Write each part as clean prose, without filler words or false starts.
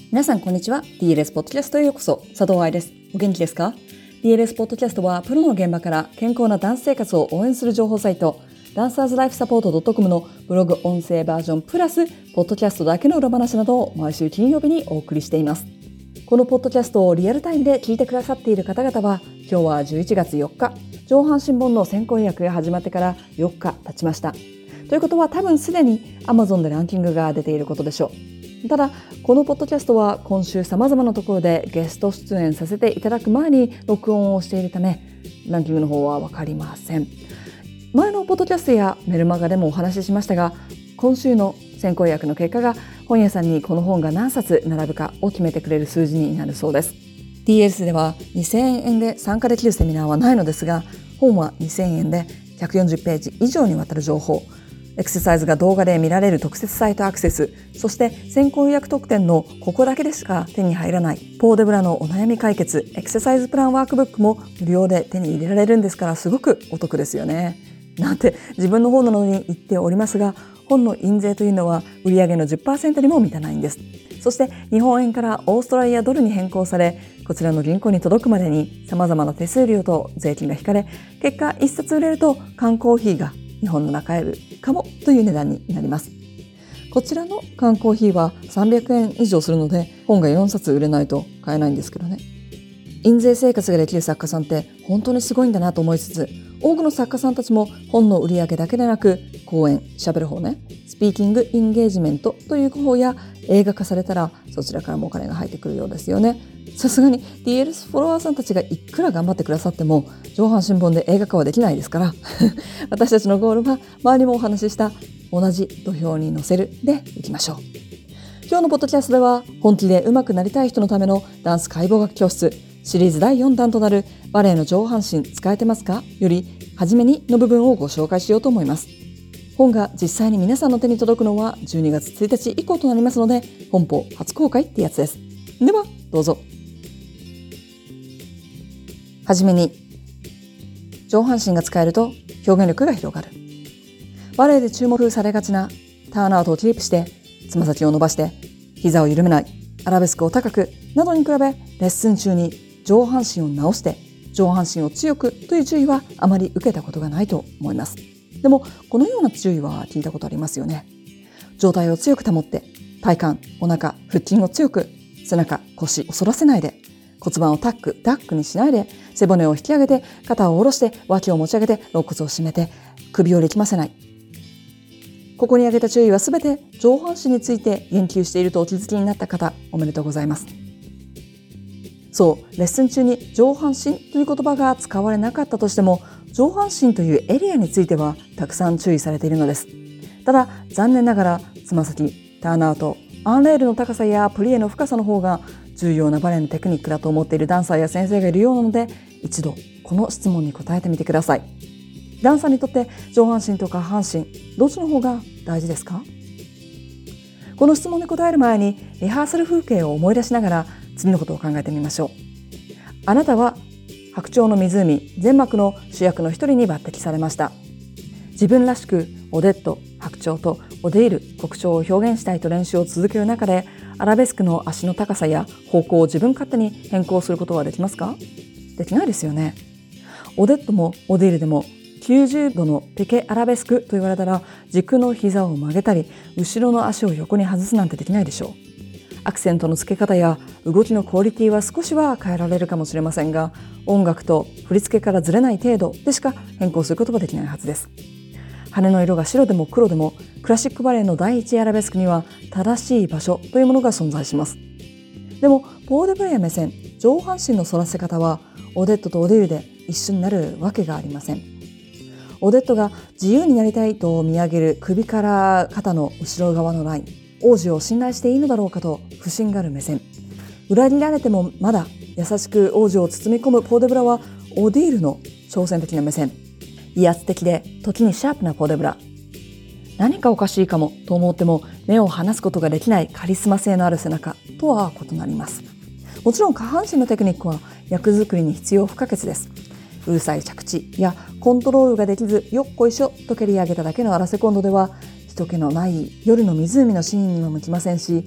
皆さんこんにちは。 DLS ポッドキャストへようこそ。佐藤愛です。お元気ですか？ DLS ポッドキャストはプロの現場から健康なダンス生活を応援する情報サイト、ダンサーズライフサポート .com のブログ音声バージョンプラスポッドキャストだけの裏話などを毎週金曜日にお送りしています。このポッドキャストをリアルタイムで聞いてくださっている方々は、今日は11月4日、上半身本の先行予約が始まってから4日経ちました。ということは多分すでに Amazon でランキングが出ていることでしょう。ただ、このポッドキャストは今週様々なところでゲスト出演させていただく前に録音をしているため、ランキングの方はわかりません。前のポッドキャストやメルマガでもお話ししましたが、今週の先行予約の結果が本屋さんにこの本が何冊並ぶかを決めてくれる数字になるそうです。DLS では2000円で参加できるセミナーはないのですが、本は2000円で140ページ以上にわたる情報、エクササイズが動画で見られる特設サイトアクセス、そして先行予約特典のここだけでしか手に入らないポーデブラのお悩み解決エクササイズプランワークブックも無料で手に入れられるんですから、すごくお得ですよね。なんて自分の方なのに言っておりますが、本の印税というのは売上の 10% にも満たないんです。そして日本円からオーストラリアドルに変更され、こちらの銀行に届くまでに様々な手数料と税金が引かれ、結果1冊売れると缶コーヒーが日本の中えるかもという値段になります。こちらの缶コーヒーは300円以上するので、本が4冊売れないと買えないんですけどね。印税生活ができる作家さんって本当にすごいんだなと思いつつ、多くの作家さんたちも本の売り上げだけでなく、講演、喋る方ね、スピーキングインゲージメントという方や映画化されたらそちらからもお金が入ってくるようですよね。さすがに DLS フォロワーさんたちがいくら頑張ってくださっても上半身本で映画化はできないですから私たちのゴールは周りもお話しした同じ土俵に乗せるでいきましょう。今日のポッドキャストでは、本気で上手くなりたい人のためのダンス解剖学教室シリーズ第4弾となるバレエの上半身使えてますかより初めにの部分をご紹介しようと思います。本が実際に皆さんの手に届くのは12月1日以降となりますので、本邦初公開ってやつです。ではどうぞ。はじめに、上半身が使えると表現力が広がる。バレエで注目されがちなターンアウトをキープしてつま先を伸ばして膝を緩めない、アラベスクを高くなどに比べ、レッスン中に上半身を直して上半身を強くという注意はあまり受けたことがないと思います。でもこのような注意は聞いたことありますよね。上体を強く保って体幹、お腹、腹筋を強く、背中、腰を反らせないで、骨盤をダックにしないで、背骨を引き上げて肩を下ろして脇を持ち上げて肋骨を締めて首を力ませない。ここに挙げた注意はすべて上半身について言及しているとお気づきになった方、おめでとうございます。そう、レッスン中に上半身という言葉が使われなかったとしても、上半身というエリアについてはたくさん注意されているのです。ただ残念ながら、つま先、ターンアウト、アンレールの高さやプリエの深さの方が重要なバレエのテクニックだと思っているダンサーや先生がいるようなので、一度この質問に答えてみてください。ダンサーにとって上半身と下半身、どっちの方が大事ですか？この質問に答える前に、リハーサル風景を思い出しながら次のことを考えてみましょう。あなたは白鳥の湖全幕の主役の一人に抜擢されました。自分らしくオデット、白鳥とオデイル、国鳥を表現したいと練習を続ける中で、アラベスクの足の高さや方向を自分勝手に変更することはできますか？できないですよね。オデットもオデイルでも90度のペケアラベスクと言われたら、軸の膝を曲げたり後ろの足を横に外すなんてできないでしょう。アクセントの付け方や動きのクオリティは少しは変えられるかもしれませんが、音楽と振り付けからずれない程度でしか変更することはできないはずです。羽の色が白でも黒でも、クラシックバレエの第一アラベスクには正しい場所というものが存在します。でもポーデブレア目線、上半身の反らせ方はオデットとオデイルで一緒になるわけがありません。オデットが自由になりたいと見上げる首から肩の後ろ側のライン、王子を信頼していいのだろうかと不信がる目線、裏切られてもまだ優しく王子を包み込むポーデブラはオディールの挑戦的な目線、威圧的で時にシャープなポーデブラ、何かおかしいかもと思っても目を離すことができないカリスマ性のある背中とは異なります。もちろん下半身のテクニックは役作りに必要不可欠です。うるさい着地やコントロールができずよっこいしょと蹴り上げただけのアラセコンドでは人気のない夜の湖のシーンにも向きませんし、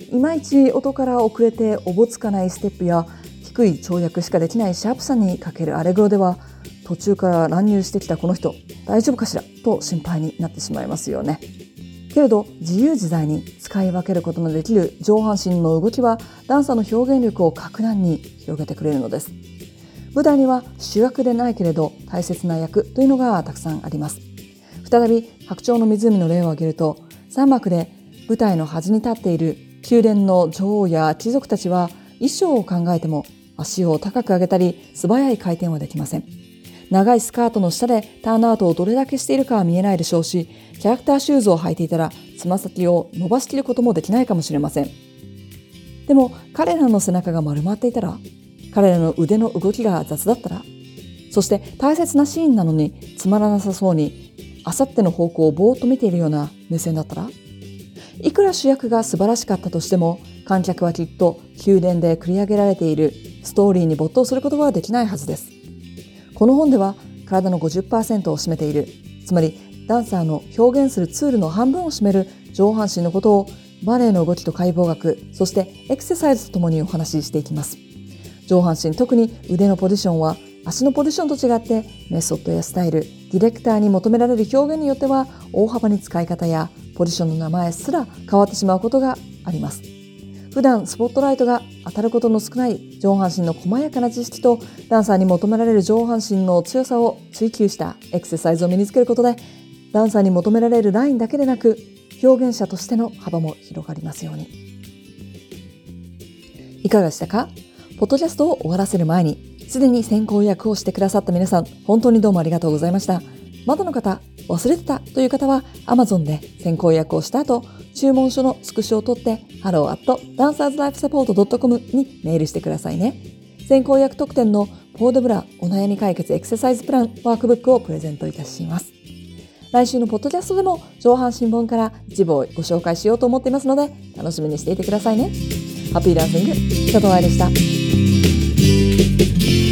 いまいち音から遅れておぼつかないステップや低い跳躍しかできないシャープさに欠けるアレグロでは、途中から乱入してきたこの人大丈夫かしらと心配になってしまいますよね。けれど自由自在に使い分けることのできる上半身の動きはダンサーの表現力を格段に広げてくれるのです。舞台には主役でないけれど大切な役というのがたくさんあります。再び白鳥の湖の例を挙げると、3幕で舞台の端に立っている宮殿の女王や貴族たちは衣装を考えても足を高く上げたり素早い回転はできません。長いスカートの下でターンアウトをどれだけしているかは見えないでしょうし、キャラクターシューズを履いていたらつま先を伸ばしきることもできないかもしれません。でも彼らの背中が丸まっていたら、彼らの腕の動きが雑だったら、そして大切なシーンなのにつまらなさそうにあさっての方向をぼーっと見ているような目線だったら、いくら主役が素晴らしかったとしても観客はきっと宮殿で繰り上げられているストーリーに没頭することはできないはずです。この本では体の 50% を占めている、つまりダンサーの表現するツールの半分を占める上半身のことをバレエの動きと解剖学、そしてエクササイズとともにお話ししていきます。上半身、特に腕のポジションは足のポジションと違ってメソッドやスタイル、ディレクターに求められる表現によっては大幅に使い方やポジションの名前すら変わってしまうことがあります。普段スポットライトが当たることの少ない上半身の細やかな知識とダンサーに求められる上半身の強さを追求したエクササイズを身につけることで、ダンサーに求められるラインだけでなく表現者としての幅も広がりますように。いかがでしたか？ポッドキャストを終わらせる前にすでに先行予約をしてくださった皆さん、本当にどうもありがとうございました。まだの方、忘れてたという方は Amazon で先行予約をした後、注文書のスクショを取って hello@dancerslifesupport.com にメールしてくださいね。先行予約特典のポーデブラお悩み解決エクササイズプランワークブックをプレゼントいたします。来週のポッドキャストでも上半身本から一部をご紹介しようと思っていますので、楽しみにしていてくださいね。ハッピーダンシング、佐藤愛でした。